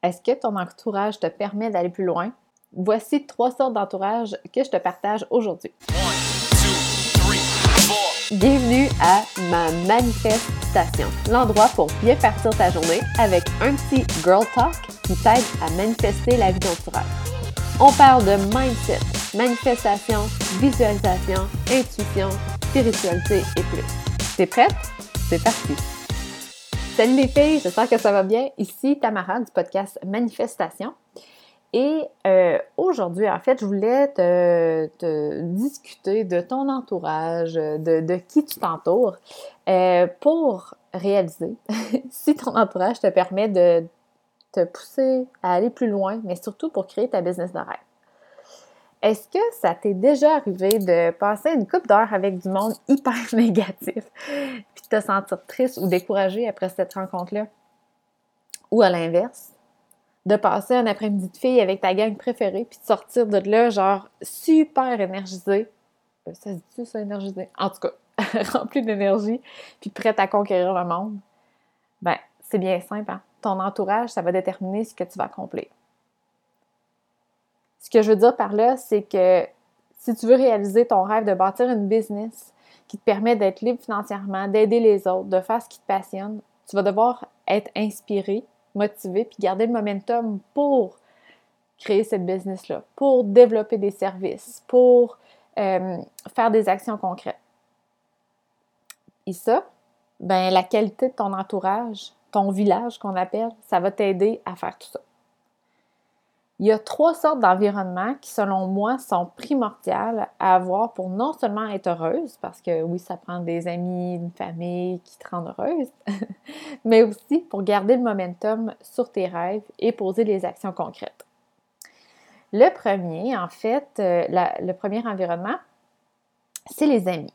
Est-ce que ton entourage te permet d'aller plus loin? Voici 3 sortes d'entourage que je te partage aujourd'hui. Bienvenue à ma manifestation, l'endroit pour bien partir ta journée avec un petit girl talk qui t'aide à manifester la vie dont tu rêves. On parle de mindset, manifestation, visualisation, intuition, spiritualité et plus. T'es prête? C'est parti! Salut les filles, j'espère que ça va bien. Ici Tamara du podcast Manifestation. Et aujourd'hui, en fait, je voulais te discuter de ton entourage, de qui tu t'entoures, pour réaliser si ton entourage te permet de te pousser à aller plus loin, mais surtout pour créer ta business de rêve. Est-ce que ça t'est déjà arrivé de passer une couple d'heures avec du monde hyper négatif, puis de te sentir triste ou découragé après cette rencontre-là? Ou à l'inverse, de passer un après-midi de filles avec ta gang préférée, puis de sortir de là, genre, super énergisée. Ça se dit ça, énergisée? En tout cas, remplie d'énergie, puis prête à conquérir le monde. Ben, c'est bien simple, hein? Ton entourage, ça va déterminer ce que tu vas accomplir. Ce que je veux dire par là, c'est que si tu veux réaliser ton rêve de bâtir une business qui te permet d'être libre financièrement, d'aider les autres, de faire ce qui te passionne, tu vas devoir être inspiré, motivé, puis garder le momentum pour créer cette business-là, pour développer des services, pour faire des actions concrètes. Et ça, ben la qualité de ton entourage, ton village qu'on appelle, ça va t'aider à faire tout ça. Il y a 3 sortes d'environnements qui, selon moi, sont primordiales à avoir pour non seulement être heureuse, parce que oui, ça prend des amis, une famille qui te rendent heureuse, mais aussi pour garder le momentum sur tes rêves et poser les actions concrètes. Le premier, en fait, le premier environnement, c'est les amis.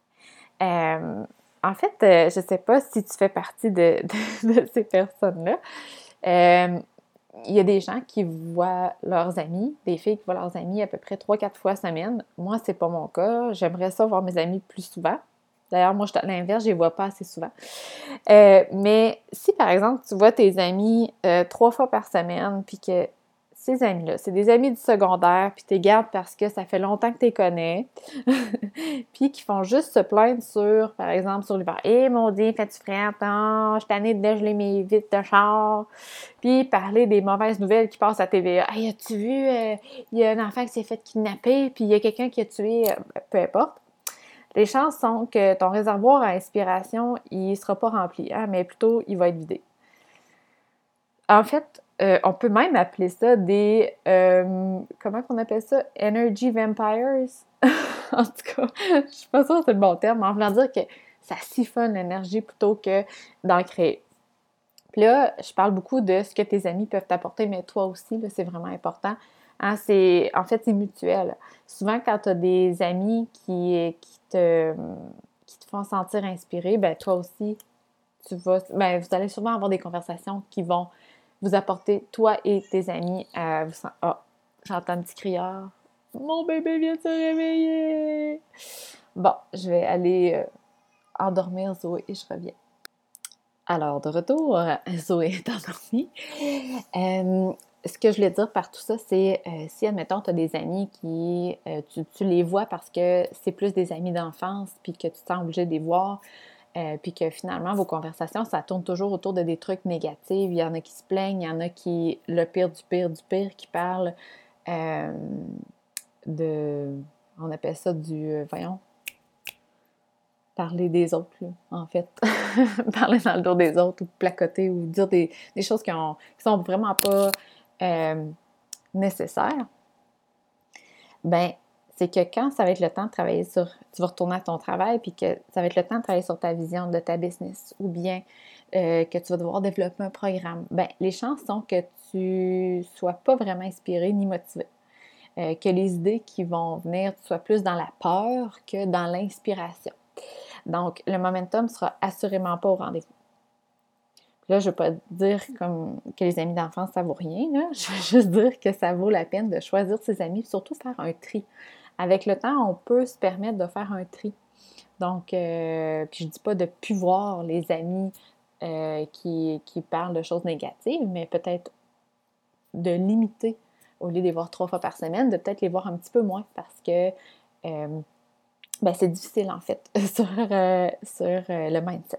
En fait, je ne sais pas si tu fais partie de ces personnes-là. Il y a des gens qui voient leurs amis, des filles qui voient leurs amis à peu près 3-4 fois semaine. Moi, c'est pas mon cas. J'aimerais ça voir mes amis plus souvent. D'ailleurs, moi, je suis à l'inverse, je les vois pas assez souvent. Mais si, par exemple, tu vois tes amis 3 fois par semaine, puis que ces amis-là, c'est des amis du secondaire, puis tu les gardes parce que ça fait longtemps que tu les connais, puis qui font juste se plaindre sur, par exemple, sur l'hiver. « Eh, maudit, fais-tu frais? Attends, je suis tannée de dégeler mes vitres de char. » Puis parler des mauvaises nouvelles qui passent à TVA. « Hey, as-tu vu, il y a un enfant qui s'est fait kidnapper, puis il y a quelqu'un qui a tué... peu importe. » Les chances sont que ton réservoir à inspiration, il ne sera pas rempli, hein, mais plutôt, il va être vidé. En fait, on peut même appeler ça des... comment qu'on appelle ça? Energy vampires? En tout cas, je suis pas sûre que c'est le bon terme, mais en voulant dire que ça siphonne l'énergie plutôt que d'en créer. Puis là, je parle beaucoup de ce que tes amis peuvent t'apporter, mais toi aussi, là, c'est vraiment important. Hein, en fait, c'est mutuel. Souvent, quand tu as des amis qui te font sentir inspiré, ben toi aussi, vous allez sûrement avoir des conversations qui vont vous apporter, toi et tes amis, à vous sentir. Ah, j'entends un petit crieur. Mon bébé vient de se réveiller! Bon, je vais aller endormir Zoé et je reviens. Alors, de retour, Zoé est endormie. Ce que je voulais dire par tout ça, c'est si, admettons, tu as des amis qui, tu les vois parce que c'est plus des amis d'enfance, puis que tu te sens obligé de les voir, puis que finalement, vos conversations, ça tourne toujours autour de des trucs négatifs. Il y en a qui se plaignent, il y en a qui, le pire du pire du pire, qui parlent on appelle ça parler des autres, là, en fait. Parler dans le dos des autres ou placoter ou dire des choses qui sont vraiment pas nécessaires. Ben, c'est que quand ça va être le temps de travailler tu vas retourner à ton travail, puis que ça va être le temps de travailler sur ta vision de ta business, ou bien que tu vas devoir développer un programme, ben, les chances sont que tu sois pas vraiment inspiré ni motivé. Que les idées qui vont venir soient plus dans la peur que dans l'inspiration. Donc, le momentum ne sera assurément pas au rendez-vous. Là, je ne veux pas dire comme que les amis d'enfance, ça ne vaut rien. Là. Je veux juste dire que ça vaut la peine de choisir ses amis et surtout faire un tri. Avec le temps, on peut se permettre de faire un tri. Donc, puis je ne dis pas de ne plus voir les amis qui parlent de choses négatives, mais peut-être de limiter, au lieu de les voir 3 fois par semaine, de peut-être les voir un petit peu moins parce que c'est difficile en fait sur le mindset.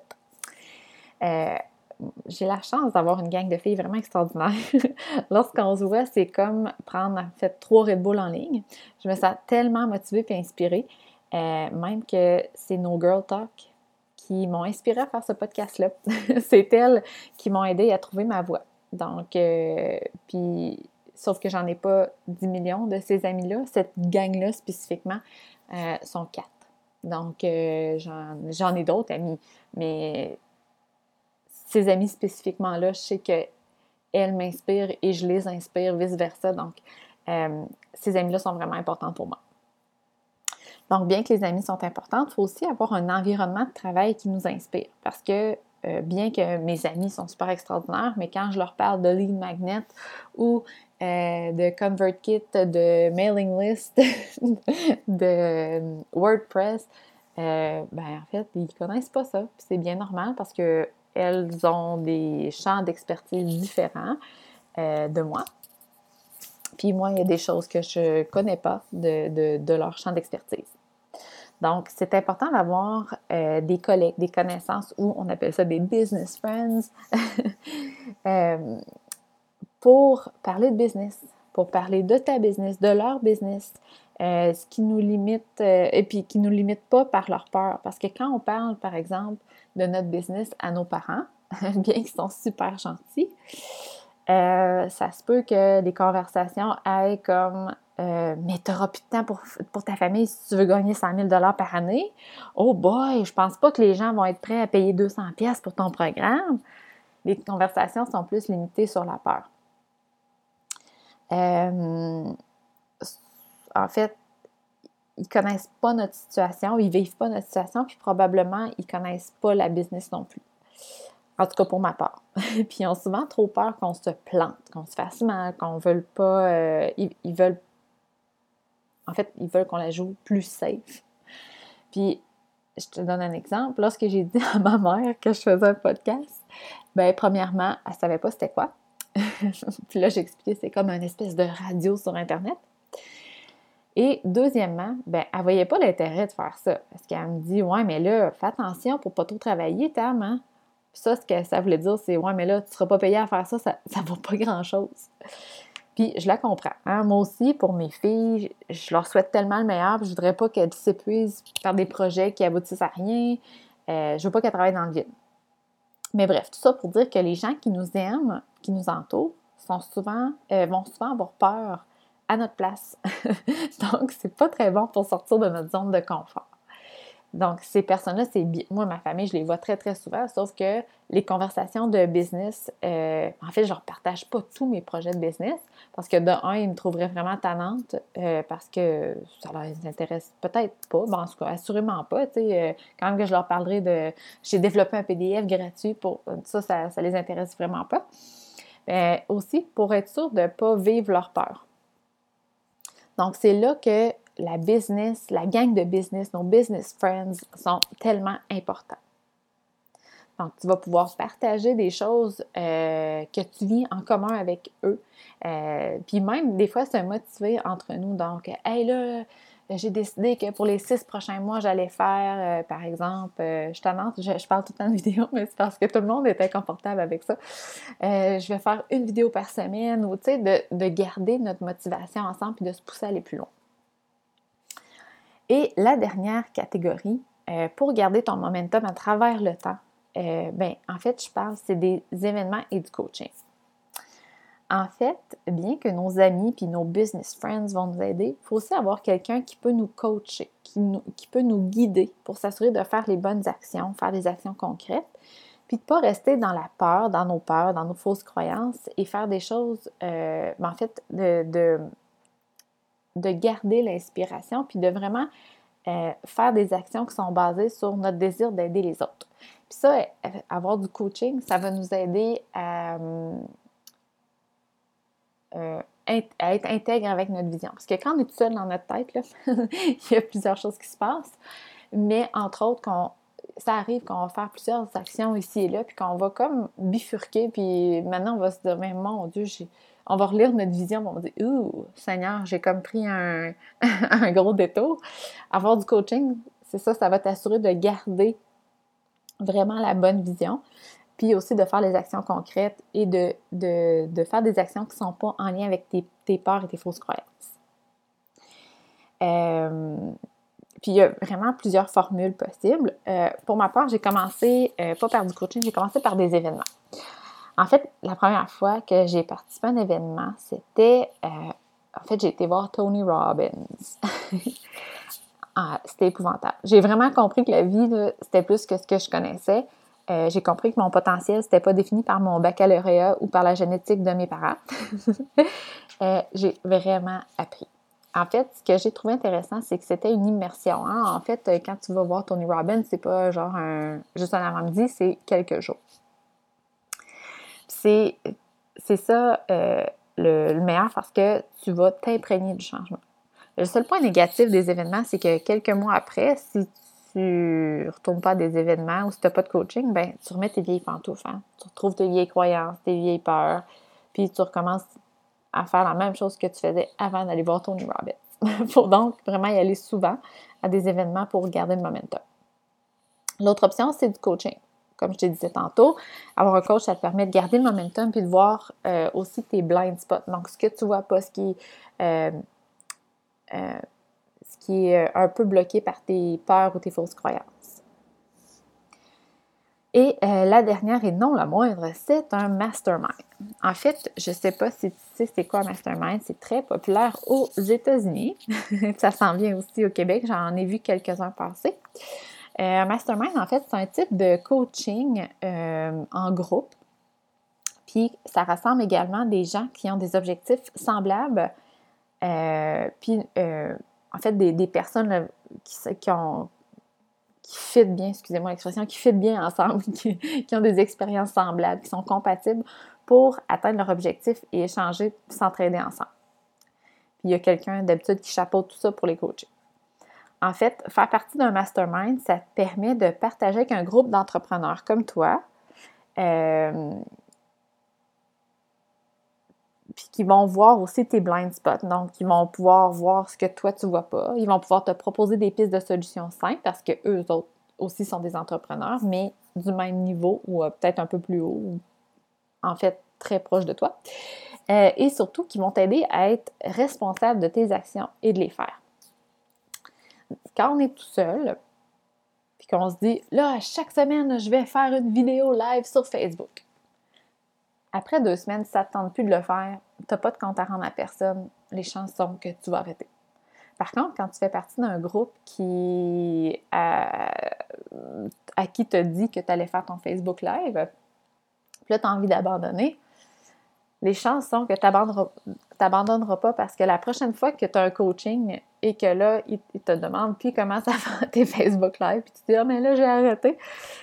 J'ai la chance d'avoir une gang de filles vraiment extraordinaire. Lorsqu'on se voit, c'est comme prendre en fait 3 Red Bull en ligne. Je me sens tellement motivée et inspirée, même que c'est nos Girl Talk qui m'ont inspirée à faire ce podcast-là. C'est elles qui m'ont aidée à trouver ma voie. Donc, puis, sauf que j'en ai pas 10 millions de ces amis-là. Cette gang-là spécifiquement sont 4. Donc, j'en ai d'autres amis, mais ces amis spécifiquement-là, je sais qu'elles m'inspirent et je les inspire, vice-versa. Donc, ces amis-là sont vraiment importants pour moi. Donc, bien que les amis sont importants, il faut aussi avoir un environnement de travail qui nous inspire. Parce que, bien que mes amis sont super extraordinaires, mais quand je leur parle de lead magnet ou de ConvertKit, de mailing list, de WordPress, en fait, ils ne connaissent pas ça. Puis c'est bien normal parce que elles ont des champs d'expertise différents de moi. Puis moi, il y a des choses que je ne connais pas de leur champ d'expertise. Donc, c'est important d'avoir des collègues, des connaissances, ou on appelle ça des business friends, pour parler de business, pour parler de ta business, de leur business, ce qui nous limite, et puis qui ne nous limite pas par leur peur. Parce que quand on parle, par exemple, de notre business à nos parents, bien qu'ils sont super gentils, ça se peut que les conversations aillent comme mais tu n'auras plus de temps pour ta famille si tu veux gagner 100 000 $ par année. Oh boy, je pense pas que les gens vont être prêts à payer 200 pièces pour ton programme. Les conversations sont plus limitées sur la peur. En fait, ils connaissent pas notre situation, ils vivent pas notre situation, puis probablement, ils connaissent pas la business non plus. En tout cas, pour ma part. Puis ils ont souvent trop peur qu'on se plante, qu'on se fasse mal, qu'on ne veuille pas... ils veulent... En fait, ils veulent qu'on la joue plus safe. Puis, je te donne un exemple. Lorsque j'ai dit à ma mère que je faisais un podcast, premièrement, elle ne savait pas c'était quoi. Puis là, j'ai expliqué, c'est comme une espèce de radio sur Internet. Et deuxièmement, elle ne voyait pas l'intérêt de faire ça. Parce qu'elle me dit, ouais, mais là, fais attention pour ne pas trop travailler, Tam, hein? Puis ça, ce que ça voulait dire, c'est, ouais, mais là, tu ne seras pas payé à faire ça, ça ne vaut pas grand-chose. Puis je la comprends. Hein? Moi aussi, pour mes filles, je leur souhaite tellement le meilleur, puis je voudrais pas qu'elles s'épuisent par des projets qui aboutissent à rien. Je veux pas qu'elles travaillent dans le vide. Mais bref, tout ça pour dire que les gens qui nous aiment, qui nous entourent, vont souvent avoir peur à notre place. Donc, c'est pas très bon pour sortir de notre zone de confort. Donc, ces personnes-là, moi, ma famille, je les vois très, très souvent, sauf que les conversations de business, en fait, je leur partage pas tous mes projets de business, parce que de un, ils me trouveraient vraiment tannante, parce que ça les intéresse peut-être pas, en tout cas, assurément pas, tu sais, quand même que je leur parlerai j'ai développé un PDF gratuit pour ça les intéresse vraiment pas. Aussi, pour être sûr de ne pas vivre leur peur. Donc, c'est là que la business, la gang de business, nos business friends sont tellement importants. Donc, tu vas pouvoir partager des choses que tu vis en commun avec eux. Puis même, des fois, se motiver entre nous. Donc, hey là, j'ai décidé que pour les 6 prochains mois, j'allais faire, par exemple, je parle tout le temps de vidéo, mais c'est parce que tout le monde est inconfortable avec ça. Je vais faire une vidéo par semaine, ou tu sais, de garder notre motivation ensemble puis de se pousser à aller plus loin. Et la dernière catégorie, pour garder ton momentum à travers le temps, en fait, je parle, c'est des événements et du coaching. En fait, bien que nos amis puis nos business friends vont nous aider, il faut aussi avoir quelqu'un qui peut nous coacher, qui peut nous guider pour s'assurer de faire les bonnes actions, faire des actions concrètes, puis de ne pas rester dans la peur, dans nos fausses croyances et faire des choses, en fait, de garder l'inspiration puis de vraiment faire des actions qui sont basées sur notre désir d'aider les autres. Puis ça, avoir du coaching, ça va nous aider à être intègre avec notre vision. Parce que quand on est tout seul dans notre tête, là, il y a plusieurs choses qui se passent. Mais entre autres, ça arrive qu'on va faire plusieurs actions ici et là, puis qu'on va comme bifurquer, puis maintenant, on va se dire, mais mon Dieu, on va relire notre vision, on va dire, ouh, Seigneur, j'ai comme pris un, un gros détour. Avoir du coaching, c'est ça, ça va t'assurer de garder vraiment la bonne vision, puis aussi de faire les actions concrètes et de faire des actions qui ne sont pas en lien avec tes peurs et tes fausses croyances. Puis il y a vraiment plusieurs formules possibles. Pour ma part, j'ai commencé, pas par du coaching, j'ai commencé par des événements. En fait, la première fois que j'ai participé à un événement, c'était, en fait, j'ai été voir Tony Robbins. Ah, c'était épouvantable. J'ai vraiment compris que la vie, là, c'était plus que ce que je connaissais. J'ai compris que mon potentiel, c'était pas défini par mon baccalauréat ou par la génétique de mes parents. J'ai vraiment appris. En fait, ce que j'ai trouvé intéressant, c'est que c'était une immersion. Hein? En fait, quand tu vas voir Tony Robbins, c'est pas genre juste un avant-midi, c'est quelques jours. C'est ça le meilleur parce que tu vas t'imprégner du changement. Le seul point négatif des événements, c'est que quelques mois après, si tu retournes pas à des événements ou si tu n'as pas de coaching, ben tu remets tes vieilles pantoufles. Hein? Tu retrouves tes vieilles croyances, tes vieilles peurs, puis tu recommences à faire la même chose que tu faisais avant d'aller voir Tony Robbins. Il faut donc vraiment y aller souvent à des événements pour garder le momentum. L'autre option, c'est du coaching. Comme je te disais tantôt, avoir un coach, ça te permet de garder le momentum puis de voir aussi tes blind spots. Donc, ce que tu vois pas, ce qui est un peu bloqué par tes peurs ou tes fausses croyances. Et la dernière et non la moindre, c'est un mastermind. En fait, je ne sais pas si tu sais c'est quoi un mastermind, c'est très populaire aux États-Unis. Ça s'en vient aussi au Québec, j'en ai vu quelques-uns passer. Un mastermind, en fait, c'est un type de coaching en groupe. Puis, ça rassemble également des gens qui ont des objectifs semblables. Puis, en fait, des personnes là, qui fit bien, excusez-moi l'expression, qui fit bien ensemble, qui ont des expériences semblables, qui sont compatibles pour atteindre leur objectif et échanger, s'entraider ensemble. Puis il y a quelqu'un d'habitude qui chapeaute tout ça pour les coacher. En fait, faire partie d'un mastermind, ça te permet de partager avec un groupe d'entrepreneurs comme toi, puis qui vont voir aussi tes blind spots. Donc, ils vont pouvoir voir ce que toi, tu ne vois pas. Ils vont pouvoir te proposer des pistes de solutions simples parce qu'eux autres aussi sont des entrepreneurs, mais du même niveau ou peut-être un peu plus haut, ou en fait, très proche de toi. Et surtout, qui vont t'aider à être responsable de tes actions et de les faire. Quand on est tout seul, puis qu'on se dit, là, chaque semaine, je vais faire une vidéo live sur Facebook. Après 2 semaines, si ça ne te tente plus de le faire, tu n'as pas de compte à rendre à personne, les chances sont que tu vas arrêter. Par contre, quand tu fais partie d'un groupe à qui te dit que tu allais faire ton Facebook Live, puis là, tu as envie d'abandonner, les chances sont que tu n'abandonneras pas parce que la prochaine fois que tu as un coaching et que là, il te demande puis comment ça fait tes Facebook Live, puis tu te dis « Ah, mais là, j'ai arrêté »,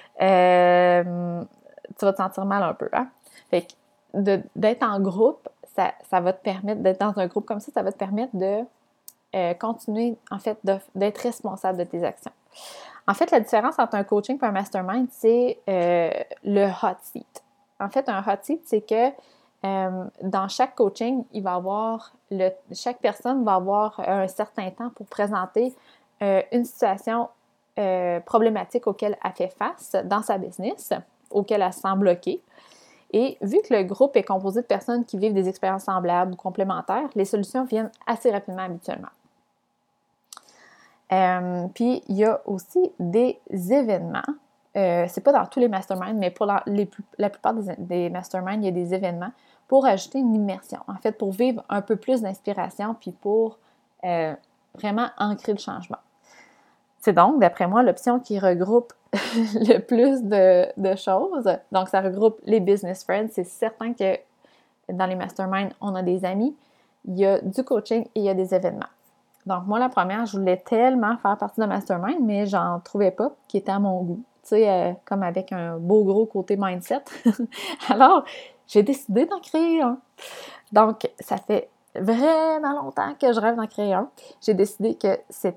tu vas te sentir mal un peu. Hein? Fait que d'être en groupe, ça va te permettre, d'être dans un groupe comme ça va te permettre de continuer, en fait, d'être responsable de tes actions. En fait, la différence entre un coaching et un mastermind, c'est le hot seat. En fait, un hot seat, c'est que dans chaque coaching, il va avoir chaque personne va avoir un certain temps pour présenter une situation problématique auquel elle fait face dans sa business, auquel elle se sent bloquée. Et vu que le groupe est composé de personnes qui vivent des expériences semblables ou complémentaires, les solutions viennent assez rapidement habituellement. Puis, il y a aussi des événements. C'est pas dans tous les masterminds, mais pour la plupart des masterminds, il y a des événements pour ajouter une immersion. En fait, pour vivre un peu plus d'inspiration puis pour vraiment ancrer le changement. C'est donc, d'après moi, l'option qui regroupe le plus de choses. Donc, ça regroupe les business friends. C'est certain que dans les masterminds, on a des amis, il y a du coaching et il y a des événements. Donc, moi, la première, je voulais tellement faire partie d'un mastermind, mais j'en trouvais pas qui était à mon goût. Tu sais, comme avec un beau gros côté mindset. Alors, j'ai décidé d'en créer un. Donc, ça fait vraiment longtemps que je rêve d'en créer un. J'ai décidé que c'était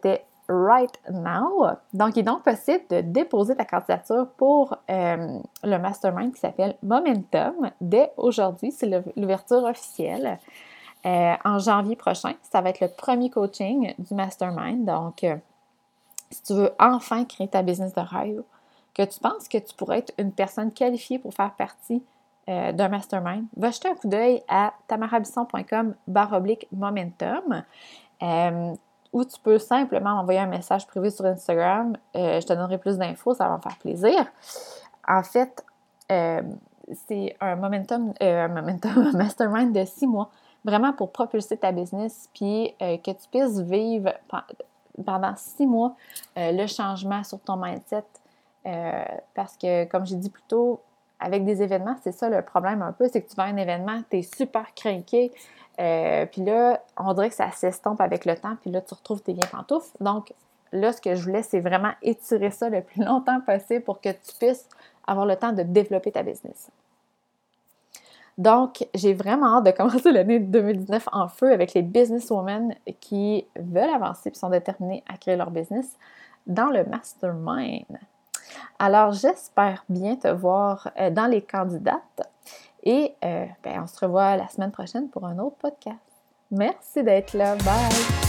right now. Donc, il est donc possible de déposer ta candidature pour le mastermind qui s'appelle Momentum dès aujourd'hui. C'est l'ouverture officielle. En janvier prochain, ça va être le premier coaching du mastermind. Donc, si tu veux enfin créer ta business de rêve, que tu penses que tu pourrais être une personne qualifiée pour faire partie d'un mastermind, va jeter un coup d'œil à tamarabisson.com/momentum où tu peux simplement m'envoyer un message privé sur Instagram. Je te donnerai plus d'infos, ça va me faire plaisir. En fait, c'est un mastermind de 6 mois, vraiment pour propulser ta business, puis que tu puisses vivre pendant 6 mois le changement sur ton mindset. Parce que, comme j'ai dit plus tôt, avec des événements, c'est ça le problème un peu, c'est que tu vas à un événement, tu es super craqué, puis là, on dirait que ça s'estompe avec le temps, puis là, tu retrouves tes bien pantoufles. Donc, là, ce que je voulais, c'est vraiment étirer ça le plus longtemps possible pour que tu puisses avoir le temps de développer ta business. Donc, j'ai vraiment hâte de commencer l'année 2019 en feu avec les businesswomen qui veulent avancer et sont déterminées à créer leur business dans le mastermind. Alors, j'espère bien te voir dans les candidates et on se revoit la semaine prochaine pour un autre podcast. Merci d'être là. Bye!